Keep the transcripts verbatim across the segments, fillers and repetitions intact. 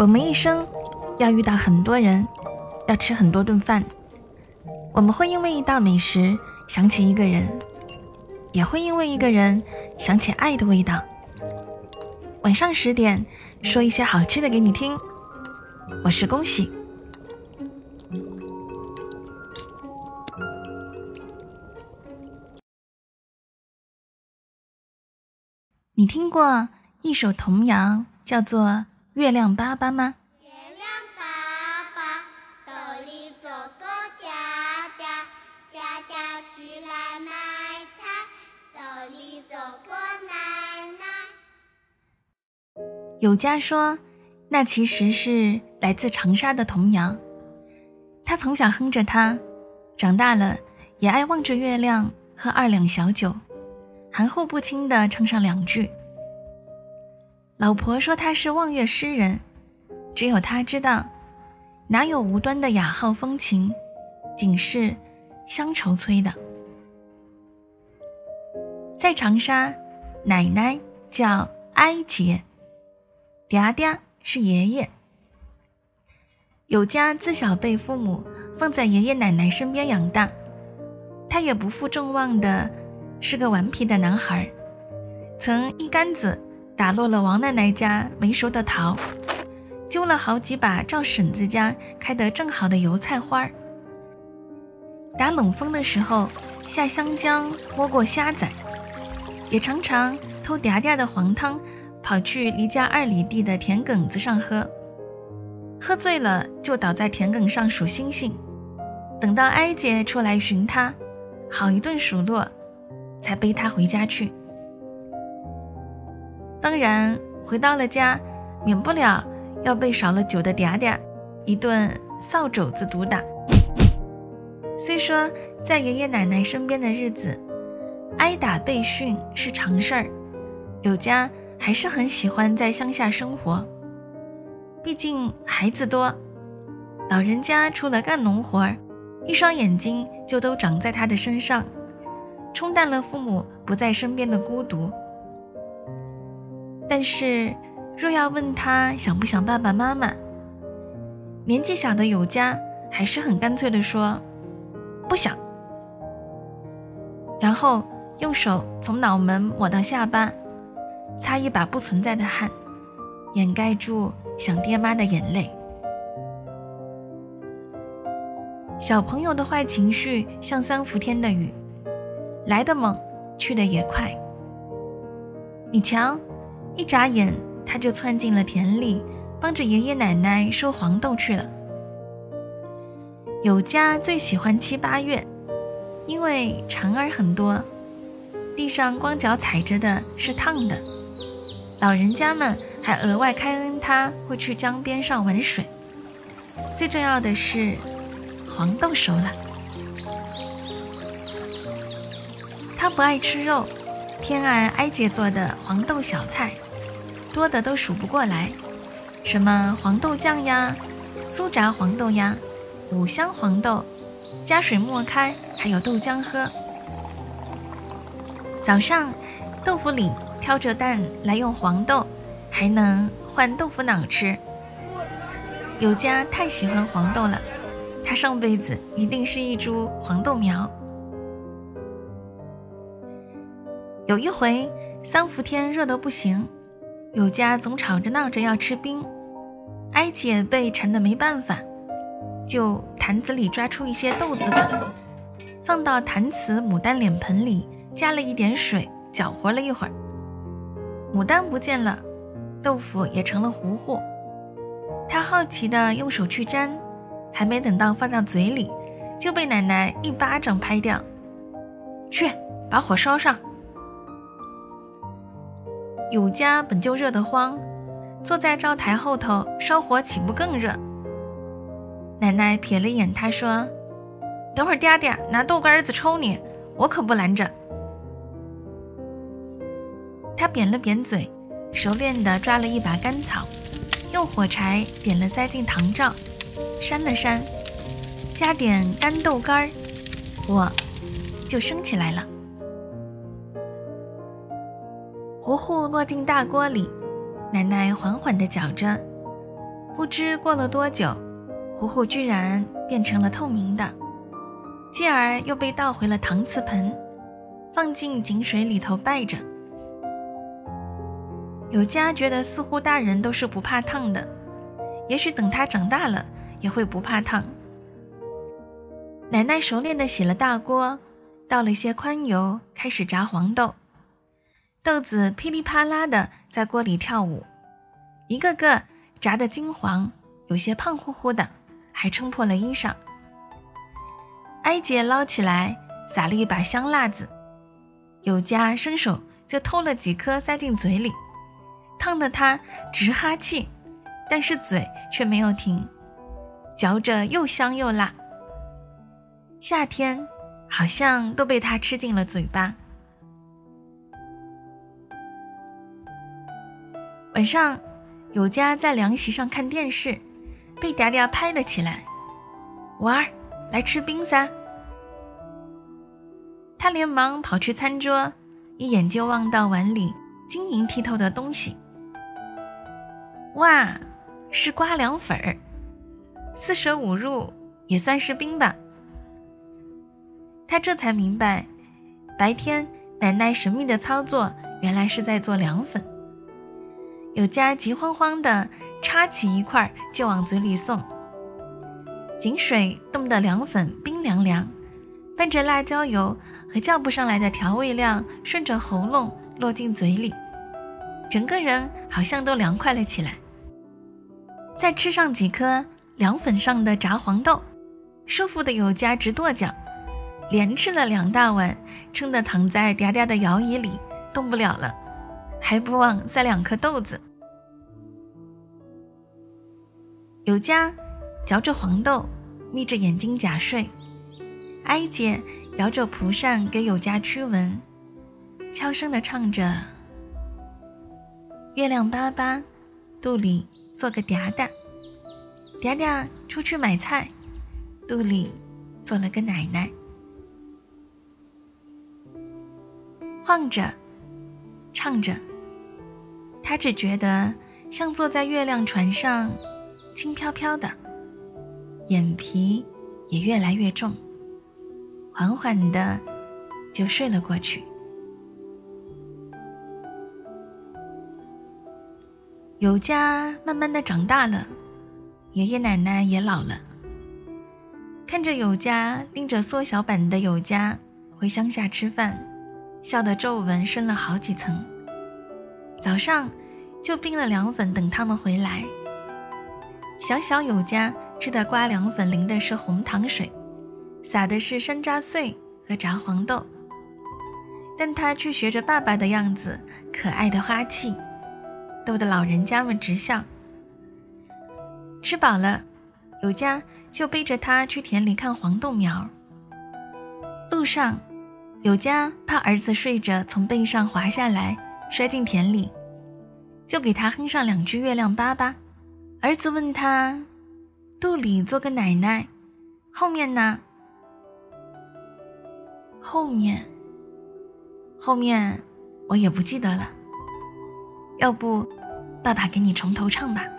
我们一生要遇到很多人，要吃很多顿饭，我们会因为一道美食想起一个人，也会因为一个人想起爱的味道。晚上十点，说一些好吃的给你听，我是恭喜。你听过一首童谣叫做《月亮粑粑》吗？ 月亮粑粑，兜里做个嗲嗲，嗲嗲起来买菜，兜里做个奶奶。 有家说，那其实是来自长沙的童谣。他从小哼着它，长大了也爱望着月亮，喝二两小酒，含糊不清地唱上两句。老婆说他是望月诗人，只有他知道，哪有无端的雅号风情，仅是乡愁催的。在长沙，奶奶叫哀姐，嗲嗲是爷爷。有家自小被父母放在爷爷奶奶身边养大，他也不负众望的是个顽皮的男孩，曾一竿子打落了王奶奶家没熟的桃，揪了好几把赵婶子家开得正好的油菜花，打冷风的时候下湘江摸过虾仔，也常常偷嗲嗲的黄汤跑去离家二里地的田埂子上喝，喝醉了就倒在田埂上数星星，等到哀姐出来寻他，好一顿数落，才背他回家去。当然回到了家，免不了要被少了酒的嗲嗲一顿扫帚子毒打。虽说在爷爷奶奶身边的日子，挨打被训是常事儿，有家还是很喜欢在乡下生活。毕竟孩子多，老人家除了干农活，一双眼睛就都长在他的身上，冲淡了父母不在身边的孤独。但是若要问他想不想爸爸妈妈，年纪小的有家还是很干脆地说不想，然后用手从脑门抹到下巴，擦一把不存在的汗，掩盖住想爹妈的眼泪。小朋友的坏情绪像三伏天的雨，来得猛，去得也快。你瞧，一眨眼他就窜进了田里，帮着爷爷奶奶收黄豆去了。有家最喜欢七八月，因为蝉儿很多，地上光脚踩着的是烫的，老人家们还额外开恩他会去江边上玩水。最重要的是黄豆熟了。他不爱吃肉，偏爱哀姐做的黄豆小菜，多的都数不过来，什么黄豆酱呀，酥炸黄豆呀，五香黄豆，加水磨开，还有豆浆喝。早上豆腐里挑着蛋来用黄豆，还能换豆腐脑吃。有家太喜欢黄豆了，他上辈子一定是一株黄豆苗。有一回三伏天热得不行，有家总吵着闹着要吃冰，哀姐被馋得没办法，就坛子里抓出一些豆子粉，放到搪瓷牡丹脸盆里，加了一点水，搅和了一会儿，牡丹不见了，豆腐也成了糊糊。她好奇地用手去沾，还没等到放到嘴里，就被奶奶一巴掌拍掉，去把火烧上。有家本就热得慌，坐在灶台后头烧火岂不更热？奶奶瞥了一眼他说，等会儿嗲嗲拿豆干子抽你，我可不拦着。他扁了扁嘴，熟练地抓了一把干草，用火柴点了塞进糖罩，扇了扇，加点干豆干，火就升起来了。糊糊落进大锅里，奶奶缓缓地搅着， 不知过了多久，糊糊居然变成了透明的，继而又被倒回了搪瓷盆，放进井水里头拜着。有家觉得似乎大人都是不怕烫的，也许等他长大了也会不怕烫。奶奶熟练地洗了大锅，倒了些宽油，开始炸黄豆。豆子噼里啪啦地在锅里跳舞，一个个炸得金黄，有些胖乎乎的，还撑破了衣裳。哀姐捞起来，撒了一把香辣子，有家伸手就偷了几颗塞进嘴里，烫得他直哈气，但是嘴却没有停，嚼着又香又辣。夏天好像都被他吃进了嘴巴。晚上，有家在凉席上看电视，被嗲嗲拍了起来：“娃儿，来吃冰噻！”他连忙跑去餐桌，一眼就望到碗里晶莹剔透的东西。哇，是瓜凉粉儿，四舍五入也算是冰吧。他这才明白，白天奶奶神秘的操作原来是在做凉粉。有家急慌慌地插起一块就往嘴里送，井水冻得凉粉冰凉凉，伴着辣椒油和叫不上来的调味料顺着喉咙落进嘴里，整个人好像都凉快了起来。再吃上几颗凉粉上的炸黄豆，舒服的有家直跺脚，连吃了两大碗，撑得躺在嗲嗲的摇椅里动不了了，还不忘塞两颗豆子。有家嚼着黄豆，眯着眼睛假睡，哀姐摇着蒲扇给有家驱蚊，悄声地唱着：月亮巴巴，肚里做个嗲嗲，嗲嗲出去买菜，肚里做了个奶奶。晃着唱着，他只觉得像坐在月亮船上，轻飘飘的，眼皮也越来越重，缓缓的就睡了过去。有家慢慢的长大了，爷爷奶奶也老了，看着有家拎着缩小版的有家回乡下吃饭，笑得皱纹深了好几层。早上就冰了凉粉等他们回来，小小有家吃的瓜凉粉淋的是红糖水，撒的是山楂碎和炸黄豆，但他却学着爸爸的样子可爱的哈气，逗得老人家们直笑。吃饱了，有家就背着他去田里看黄豆苗。路上，有家怕儿子睡着从背上滑下来摔进田里，就给他哼上两句月亮巴巴。儿子问他，肚里做个奶奶，后面呢？后面后面我也不记得了，要不爸爸给你从头唱吧。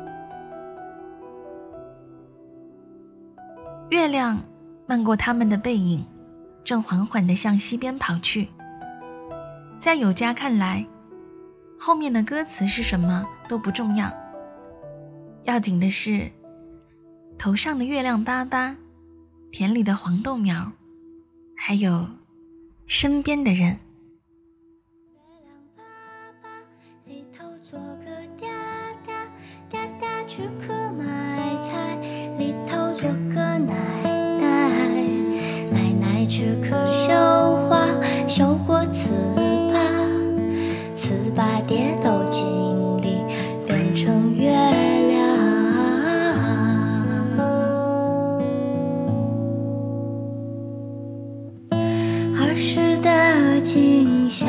月亮漫过他们的背影，正缓缓地向西边跑去。在有家看来，后面的歌词是什么都不重要，要紧的是头上的月亮巴巴，田里的黄豆苗，还有身边的人。 月亮爸爸里头做个嗲嗲，嗲嗲去可买菜，里头做个奶奶，奶奶去可绣花，绣过糍粑，糍粑跌到井里变成月亮。儿时的景象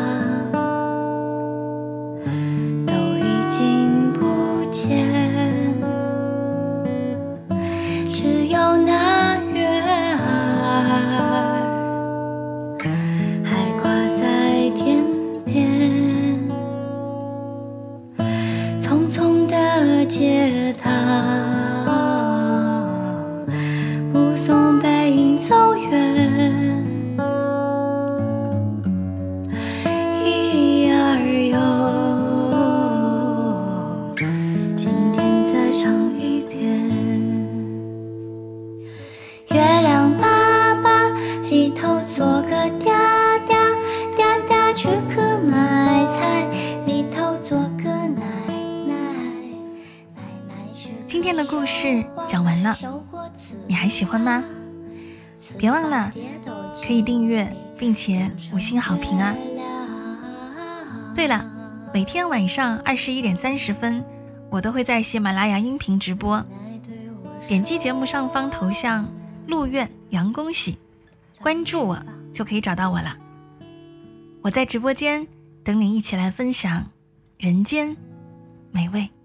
都已经不见，只有那月儿还挂在天边。匆匆的街走远，一儿游，今天再唱一遍。月亮爸爸里头做个嗲嗲，嗲嗲去个买菜，里头做个奶奶，奶奶去。 今天的故事讲完了，你还喜欢吗？别忘了可以订阅并且五星好评啊！对了，每天晚上二十一点三十分，我都会在喜马拉雅音频直播，点击节目上方头像陆苑杨恭喜，关注我就可以找到我了。我在直播间等你一起来分享人间美味。